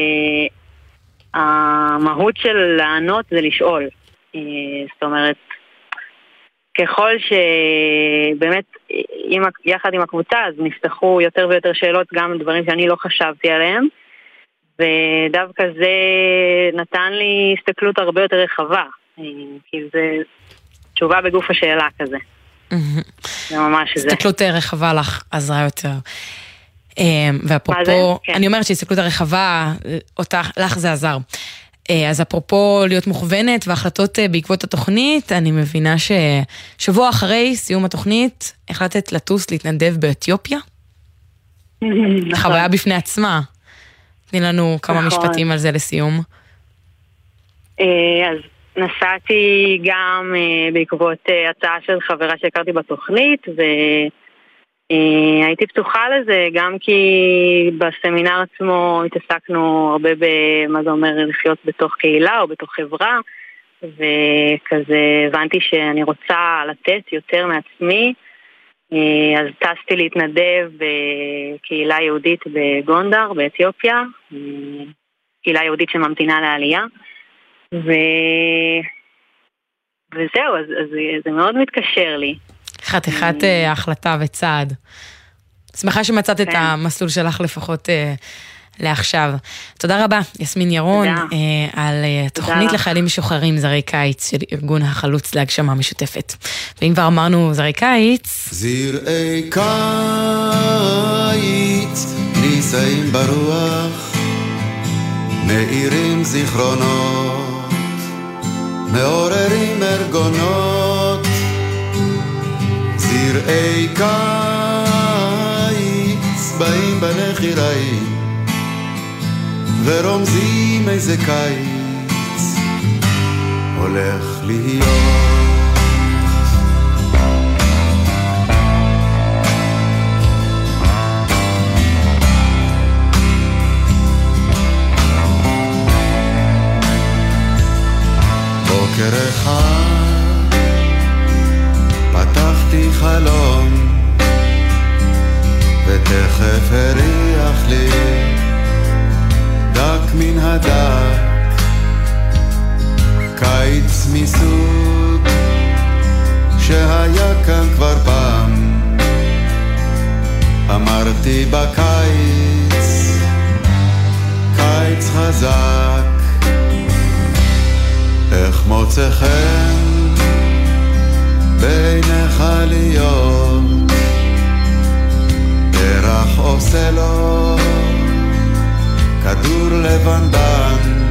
Speaker 17: המהות של לענות זה לשאול. זאת אומרת, ככל שבאמת יחד עם הקבוצה אז נפתחו יותר ויותר שאלות, גם דברים שאני לא חשבתי עליהם, ודווקא זה נתן לי הסתכלות הרבה יותר רחבה, כי זה תשובה בגוף השאלה כזה. זה ממש זה.
Speaker 1: הסתכלות רחבה לך עזרה יותר. ואפרופו, אני אומרת שהסתכלות הרחבה, לך זה עזר. אז אפרופו להיות מוכוונת והחלטות בעקבות התוכנית, אני מבינה ששבוע אחרי סיום התוכנית, החלטת לטוס להתנדב באתיופיה? חוויה בפני עצמה. תני לנו כמה משפטים על זה לסיום.
Speaker 17: אז נסעתי גם בעקבות הצעה של חברה שהכרתי בתוכנית, והייתי פתוחה לזה, גם כי בסמינר עצמו התעסקנו הרבה במה זה אומר לחיות בתוך קהילה או בתוך חברה, וכזה הבנתי שאני רוצה לתת יותר מעצמי, אז טסתי להתנדב בקהילה יהודית בגונדר, באתיופיה, קהילה יהודית שממתינה לעלייה, וזהו, אז זה מאוד מתקשר לי.
Speaker 1: חתיכת ההחלטה וצעד. שמחה שמצאת את המסלול שלך לפחות לעכשיו. תודה רבה, יסמין ירון, על תוכנית לחיילים משוחררים זרי קיץ של ארגון החלוץ להגשמה משותפת. ואם כבר אמרנו זרי קיץ...
Speaker 18: זרעי קיץ נישאים ברוח, מאירים זיכרונות, מעוררים ארגונות. זרעי קיץ באים בנחיריים ורומזים איזה קיץ הולך להיות. בוקר אחד פתחתי חלום ותכף הריח לי דק מן הדק, קיץ מסוג שהיה כאן כבר פעם. אמרתי בקיץ, קיץ חזק, איך מוצא חן בעיניך להיות, פרח עושה לו כדור לבנבן,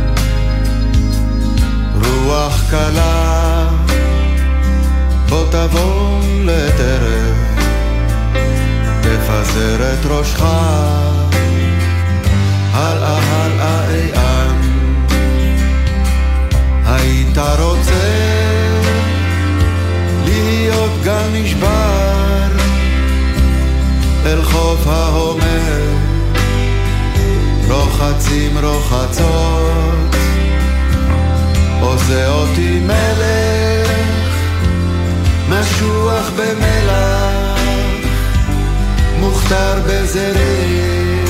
Speaker 18: רוח קלה בוא תבוא לטרף, תפזר את ראשך הלאה הלאה איען. היית רוצה להיות גם נשבר אל חוף ההומר, רוחצים רוחצות, עושה אותי מלך משוח במלח, מוכתר בזרים,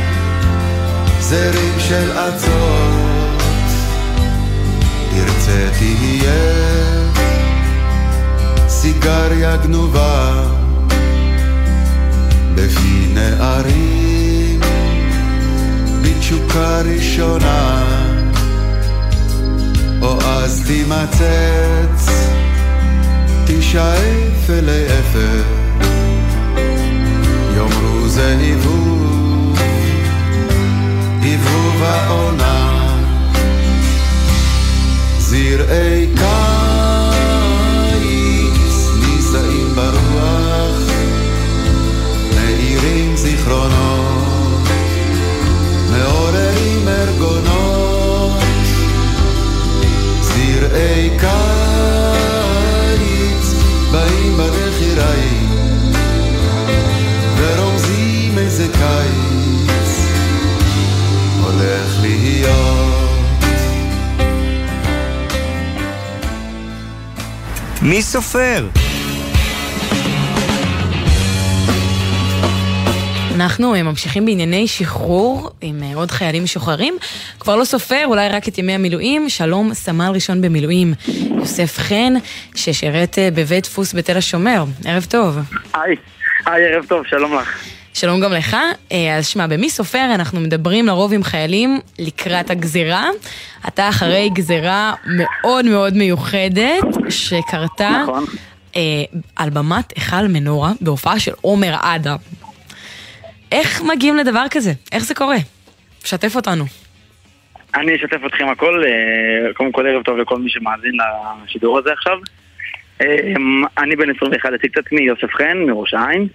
Speaker 18: זרים של עצות. תרצה תהיה סיגריה גנובה בפי נערים בתשוקה ראשונה, או אז תימצץ, תשאף אלי אפר, יאמרו זה היבוב, היבוב העונה. זרעי קיץ נישאים ברוח, מאירים זיכרונות, מעוררים ארגונות. זרעי קיץ באים בנחיריים ורומזים איזה קיץ הולך להיות.
Speaker 2: מי סופר?
Speaker 1: אנחנו ממשיכים בענייני שחרור עם עוד חיילים משוחררים. כבר לא סופר, אולי רק את ימי המילואים. שלום, סמל ראשון במילואים יוסף חן, ששירת בבית דפוס בתל השומר. ערב טוב.
Speaker 19: היי, ערב טוב, שלום לך.
Speaker 1: שלום גם לך. אז שמע, במי סופר אנחנו מדברים לרוב עם חיילים לקראת הגזירה. אתה אחרי גזירה מאוד מאוד מיוחדת שקרתה
Speaker 19: נכון.
Speaker 1: על במת היכל מנורה בהופעה של עומר אדם. איך מגיעים לדבר כזה? איך זה קורה? שתף אותנו.
Speaker 19: אני אשתף אתכם הכל. קודם כל ערב טוב לכל מי שמאזין לשידור הזה עכשיו. אני בן 21, אציג את עצמי, יוסף חן מראש העין.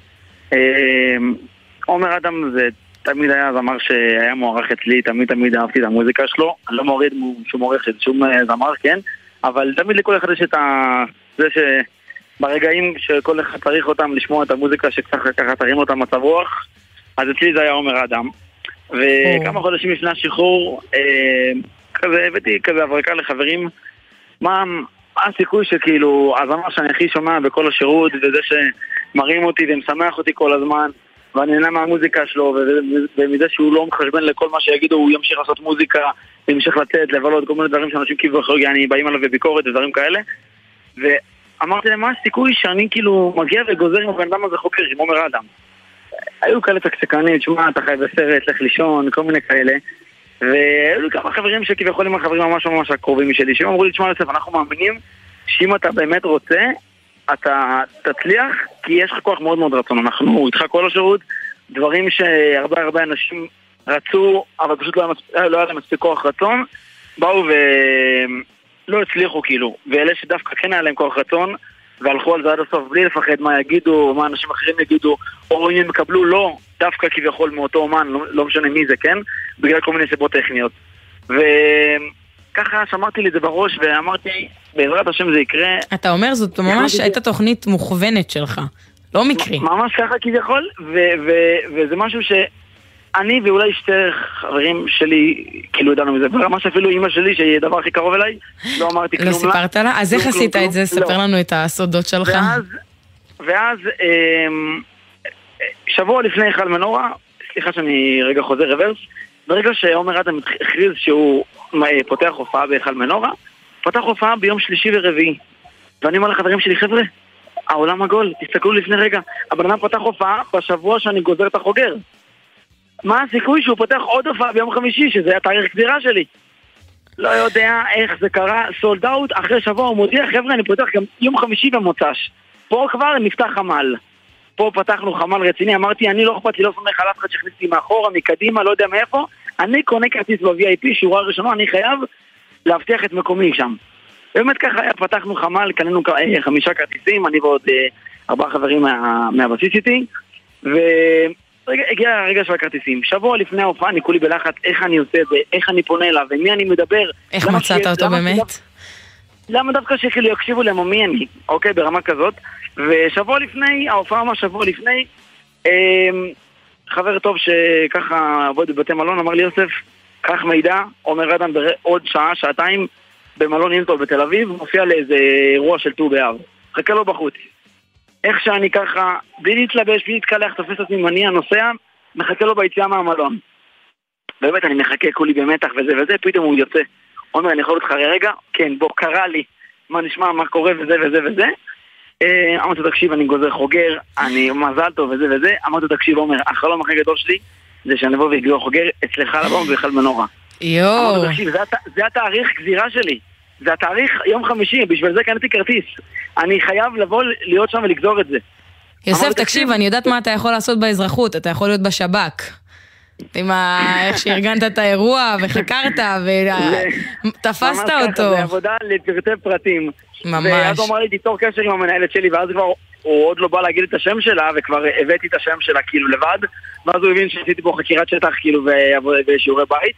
Speaker 19: עומר אדם זה תמיד היה זמר שהיה מוערך אצלי, תמיד אהבתי את המוזיקה שלו. אני לא מוריד שום מוערך של שום זמר, כן? אבל תמיד לכל אחד יש את זה שברגעים שכל אחד צריך אותם לשמוע את המוזיקה שקצת ככה תרים אותם מצב רוח, אז אצלי זה היה עומר אדם. וכמה חודשים לפני השחרור כזה הבאתי כזה הברקה לחברים מה הסיכוי שכאילו הזמר שאני הכי שומע בכל השירות וזה שמרים אותי ומשמח אותי כל הזמן ואני נהנה מהמוזיקה שלו ומזה שהוא לא מחשבן לכל מה שיגידו, הוא ימשיך לעשות מוזיקה, ימשיך לצאת, לבלות, כל מיני דברים שאנשים כאילו באים עליו בביקורת ודברים כאלה. ואמרתי להם, מה הסיכוי שאני כאילו מגיע וגוזר עם הבן אדם הזה חוקר, עם עומר אדם. היו כאלה צקצקנים, תשמע, אתה חי בסרט, לך לישון, כל מיני כאלה. והיו לי כמה חברים שכביכול עם החברים ממש הקרובים שלי, שהם אמרו לי, תשמע לסף, אנחנו מאמינים שאם אתה באמת רוצה, אתה תצליח, כי יש לך כוח מאוד מאוד רצון. אנחנו איתך כל השירות, דברים שהרבה אנשים רצו, אבל פשוט לא היה להם מספיק כוח רצון, באו ולא הצליחו כאילו. ואלה שדווקא כן היה להם כוח רצון, והלכו על זה עד הסוף בלי לפחד מה יגידו, מה אנשים אחרים יגידו, או אם הם יקבלו לא, דווקא כביכול מאותו אומן, לא משנה מי זה, כן? בגלל כל מיני סיבות טכניות. וככה שמרתי לי זה בראש, ואמרתי, בעזרת השם זה יקרה.
Speaker 1: אתה אומר, זאת ממש הייתה תוכנית מוכוונת שלך, לא מקרי.
Speaker 19: ממש ככה כביכול, וזה משהו שאני ואולי שתי חברים שלי, כאילו ידענו מזה, ברמה שאפילו אמא שלי, שהיא הדבר הכי קרוב אליי, לא אמרתי כלום.
Speaker 1: לא סיפרת לה? אז איך עשית את זה? ספר לנו את הסודות שלך.
Speaker 19: ואז שבוע לפני היכל מנורה, סליחה שאני רגע חוזר רוורס, ברגע שעומר אדם הכריז שהוא פותח הופעה בהיכל מנורה, פותח הופעה ביום שלישי ורביעי. ואני אומר לחברים שלי, חבר'ה, העולם עגול, תסתכלו לפני רגע, הבן אדם פותח הופעה בשבוע שאני גוזר את החוגר. מה הסיכוי שהוא פותח עוד הופעה ביום חמישי, שזה התאריך גזירה שלי? לא יודע איך זה קרה, סולד אאוט, אחרי שבוע הוא מודיע, חבר'ה, אני פותח גם יום חמישי במוצ"ש. פה כבר נפתח חמ"ל. פה פתחנו חמ"ל רציני, אמרתי, אני לא אכפת לי, לא סומך על אף אחד שהכניסתי מאחורה, מקדימה, לא יודע מאיפה, אני קונה כרטיס ב-VIP, שורה ראשונה, אני חייב להבטיח את מקומי שם. באמת ככה היה, פתחנו חמ"ל, קנינו 5 כרטיסים, אני ועוד 4 חברים מהבסיס איתי, והגיע הרגע של הכרטיסים. שבוע לפני ההופעה, אני כולי בלחץ, איך אני עושה את זה, איך אני פונה אליו, ומי אני מדבר.
Speaker 1: איך מצאת אותו באמת?
Speaker 19: למה דווקא שכאילו יקשיבו להם מי אני, אוקיי, ברמה כזאת. ושבוע לפני, ההופעה ממש שבוע לפני, חבר טוב שככה עבוד בבתי מלון, אמר לי, יוסף, קח מידע, עומר אדם בעוד שעה, שעתיים, במלון אינטול בתל אביב, מופיע לאיזה אירוע של ט"ו באב. חכה לו בחוץ. איך שאני ככה, בלי להתלבש, בלי להתקלח, תופס אותי מניע, הנוסע, מחכה לו ביציאה מהמלון. באמת, אני מחכה כולי במתח וזה וזה, פתאום הוא יוצא. עומר, אני יכול אותך רגע? כן, בוא, קרא לי. מה נשמע, מה קורה וזה וזה וזה. אמרתי, תקשיב, אני גוזר חוגר, אני מזל טוב וזה וזה. אמרתי, תקשיב, עומר, החלום הכי גדול שלי, זה שאני אבוא והגיעו חוגר אצלך לבום והיכל מנורה.
Speaker 1: יואו.
Speaker 19: אמרתי, תקשיב, זה התאריך גזירה שלי. זה התאריך יום חמישי, בשביל זה קניתי כרטיס. אני חייב לבוא, להיות שם ולגזור את זה.
Speaker 1: יוסף, תקשיב, אני יודעת מה אתה יכול לעשות באזרחות, אתה יכול להיות בשב"כ. עם איך שארגנת את האירוע וחקרת ותפסת אותו.
Speaker 19: זה עבודה לפרטי פרטים.
Speaker 1: ממש.
Speaker 19: ואז הוא אמר לי, תיצור קשר עם המנהלת שלי, ואז כבר הוא עוד לא בא להגיד את השם שלה, וכבר הבאתי את השם שלה כאילו לבד, ואז הוא הבין שעשיתי פה חקירת שטח כאילו ושיעורי בית.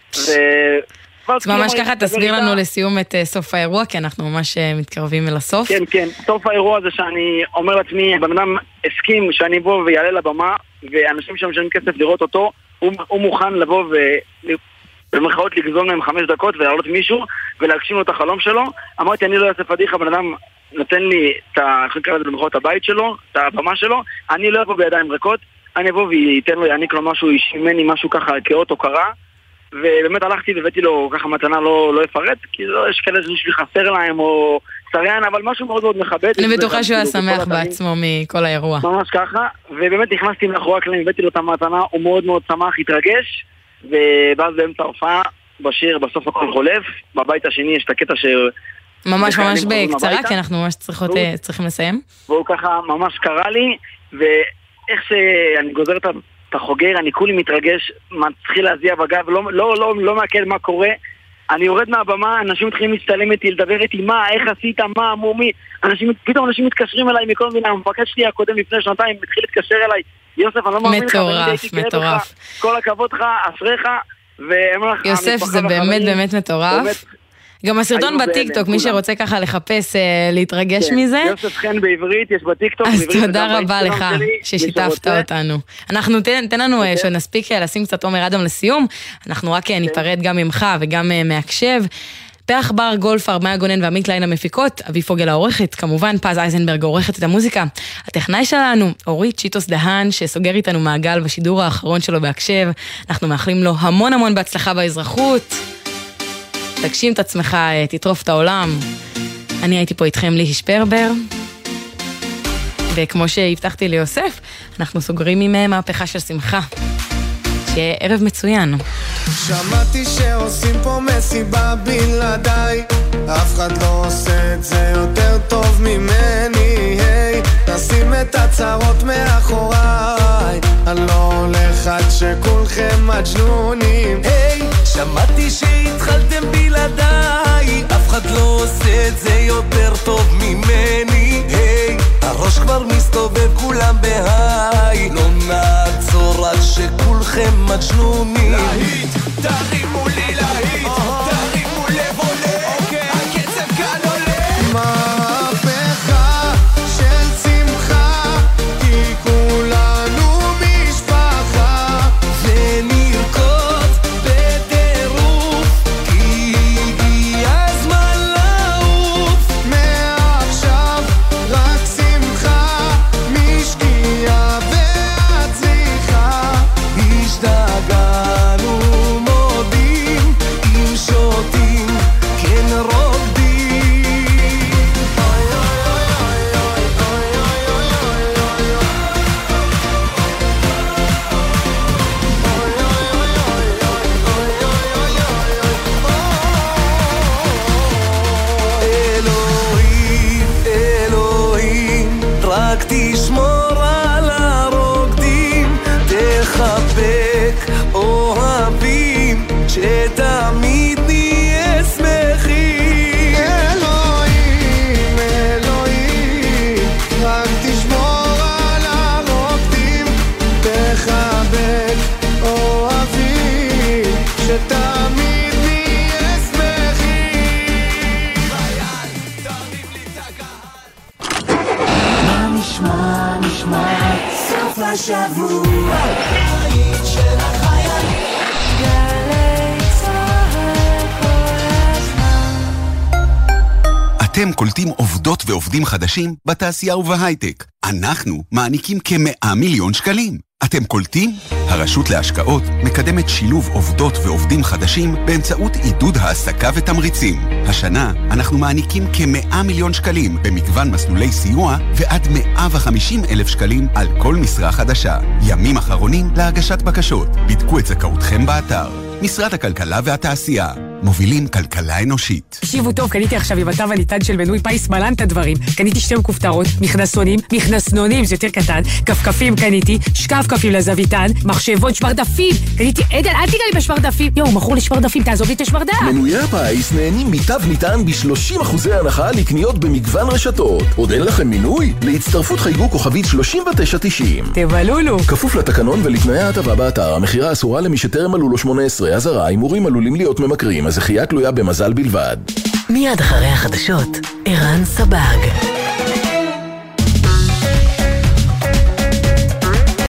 Speaker 1: אז ממש ככה תסביר לנו לסיום את סוף האירוע, כי אנחנו ממש מתקרבים אל הסוף.
Speaker 19: כן, כן. סוף האירוע זה שאני אומר לעצמי, בן אדם הסכים שאני אבוא ויעלה לבמה, ואנשים שם משלמים כסף לראות אותו, הוא מוכן לבוא במרכאות לגזול מהם 5 דקות ולעלות מישהו ולהגשים לו את החלום שלו. אמרתי, אני לא אעשה פדיחה, בן אדם נותן לי את הבית שלו, את הבמה שלו, אני לא אבוא בידיים ריקות, אני אבוא וייתן לו, יעניק לו משהו, ישמני משהו ככה כאות הוקרה. ובאמת הלכתי והבאתי לו ככה מתנה, לא אפרט, כי יש כאלה שמישהו חסר להם או שריין, אבל משהו מאוד מאוד מכבד.
Speaker 1: אני בטוחה שהוא היה שמח בעצמו מכל האירוע.
Speaker 19: ממש ככה, ובאמת נכנסתי מאחורי הקלעים, הבאתי לו את המתנה, הוא מאוד מאוד שמח, התרגש, ואז באמצע ההופעה, בשיר בסוף הכל חולף, בבית השני יש את הקטע ש...
Speaker 1: ממש ממש בקצרה, כי אנחנו ממש צריכים לסיים.
Speaker 19: והוא ככה ממש קרא לי, ואיך שאני גוזר את החוגר, אני כולי מתרגש, מתחיל להזיע בגב, לא מעכל מה קורה, אני יורד מהבמה, אנשים מתחילים להצטלם איתי, לדבר איתי, מה, איך עשית, מה, מומי, פתאום אנשים מתקשרים אליי מכל מיני, המפקד שלי הקודם לפני שנתיים, מתחיל להתקשר אליי, יוסף, אני לא מאמין לך,
Speaker 1: מטורף.
Speaker 19: כל הכבוד לך, אשריך,
Speaker 1: יוסף, זה באמת באמת מטורף. גם הסרטון בטיקטוק, מי שרוצה ככה לחפש, להתרגש מזה.
Speaker 19: יוסף חן בעברית, יש בטיקטוק.
Speaker 1: אז תודה רבה לך ששיתפת אותנו. אנחנו, תן לנו שנספיק לשים קצת עומר אדם לסיום. אנחנו רק ניפרד גם ממך וגם מהקשב. פרח בר, גולפר, מאיה גונן ועמית ליין המפיקות, אבי פוגל העורכת, כמובן פז אייזנברג עורכת את המוזיקה. הטכנאי שלנו, אורית שיטוס דהן, שסוגר איתנו מעגל בשידור האחרון שלו בהקשב. אנחנו מאחלים לו המון המון בהצלחה באזרחות. תגשים את עצמך, תטרוף את העולם. אני הייתי פה איתכם ליהי שפרבר, וכמו שהבטחתי ליוסף, אנחנו סוגרים עם מהפכה של שמחה. שיהיה ערב מצוין.
Speaker 18: שמעתי שעושים פה מסיבה בלעדיי, אף אחד לא עושה את זה יותר טוב ממני. היי, נשים את הצרות מאחוריי, אני לא הולך עד שכולכם מג'נונים.
Speaker 20: היי, שמעתי שהתחלתם בלעדיי, אף אחד לא עושה את זה יותר טוב ממני. היי, הראש כבר מסתובב כולם בהיי, לא נעצור עד שכולכם מג'נונים.
Speaker 18: להיט, תרימו לי להיט, תרימו לב עולה, הקצב כאן עולה. מהפכה של שמחה, כי כולנו משפחה,
Speaker 20: ונרקוד בטירוף, כי הגיע הזמן לעוף.
Speaker 18: מעכשיו רק שמחה, משקיעה ועד צליחה.
Speaker 20: השתגענו מודים, אם שותים כן רוקדים. אלוהים, אלוהים, רק תשמור על הרוקדים, תחבק אוהבים, שתמיד נהיה שמחים.
Speaker 18: אלוהים, אלוהים, רק תשמור על הרוקדים, תחבק אוהבים, שתמיד נהיה שמחים.
Speaker 20: מה נשמע, נשמע סוף השבוע, היית של החיילים.
Speaker 10: אתם קולטים עובדות ועובדים חדשים בתעשייה ובהייטק. אנחנו מעניקים כ100 מיליון שקלים. אתם קולטים? הרשות להשקעות מקדמת שילוב עובדות ועובדים חדשים באמצעות עידוד העסקה ותמריצים. השנה אנחנו מעניקים כ100 מיליון שקלים במגוון מסלולי סיוע ועד 150,000 שקלים על כל משרה חדשה. ימים אחרונים להגשת בקשות. בדקו את זכאותכם באתר. משרד הכלכלה והתעשייה. מובילים כלכלה אנושית.
Speaker 16: תקשיבו טוב, קניתי עכשיו עם התו הניתן של מנוי פייס מלן את הדברים. קניתי 2 כופתרות, מכנסונים, זה יותר קטן, כפכפים קניתי, שקף כפים לזוויתן, מחשבון, שמרדפים. קניתי, עדן, אל תיגע לי בשמרדפים. יואו, מכור לשמרדפים, תעזוב לי את השמרדף.
Speaker 21: מנויי הפיס נהנים מתו ניתן ב-30% הנחה לקניות במגוון רשתות. עוד אין לכם מינוי? להצטרפות חייגו כוכבית 3990.
Speaker 16: תבלולו.
Speaker 21: כפוף לתקנון ולתנאי ההטבה באתר. המחירה אסורה למי שטרם מלאו לו 18. אזהרה, הימורים עלולים להיות ממכרים. הזכייה תלויה במזל בלבד.
Speaker 22: מיד אחרי החדשות, ערן סבג.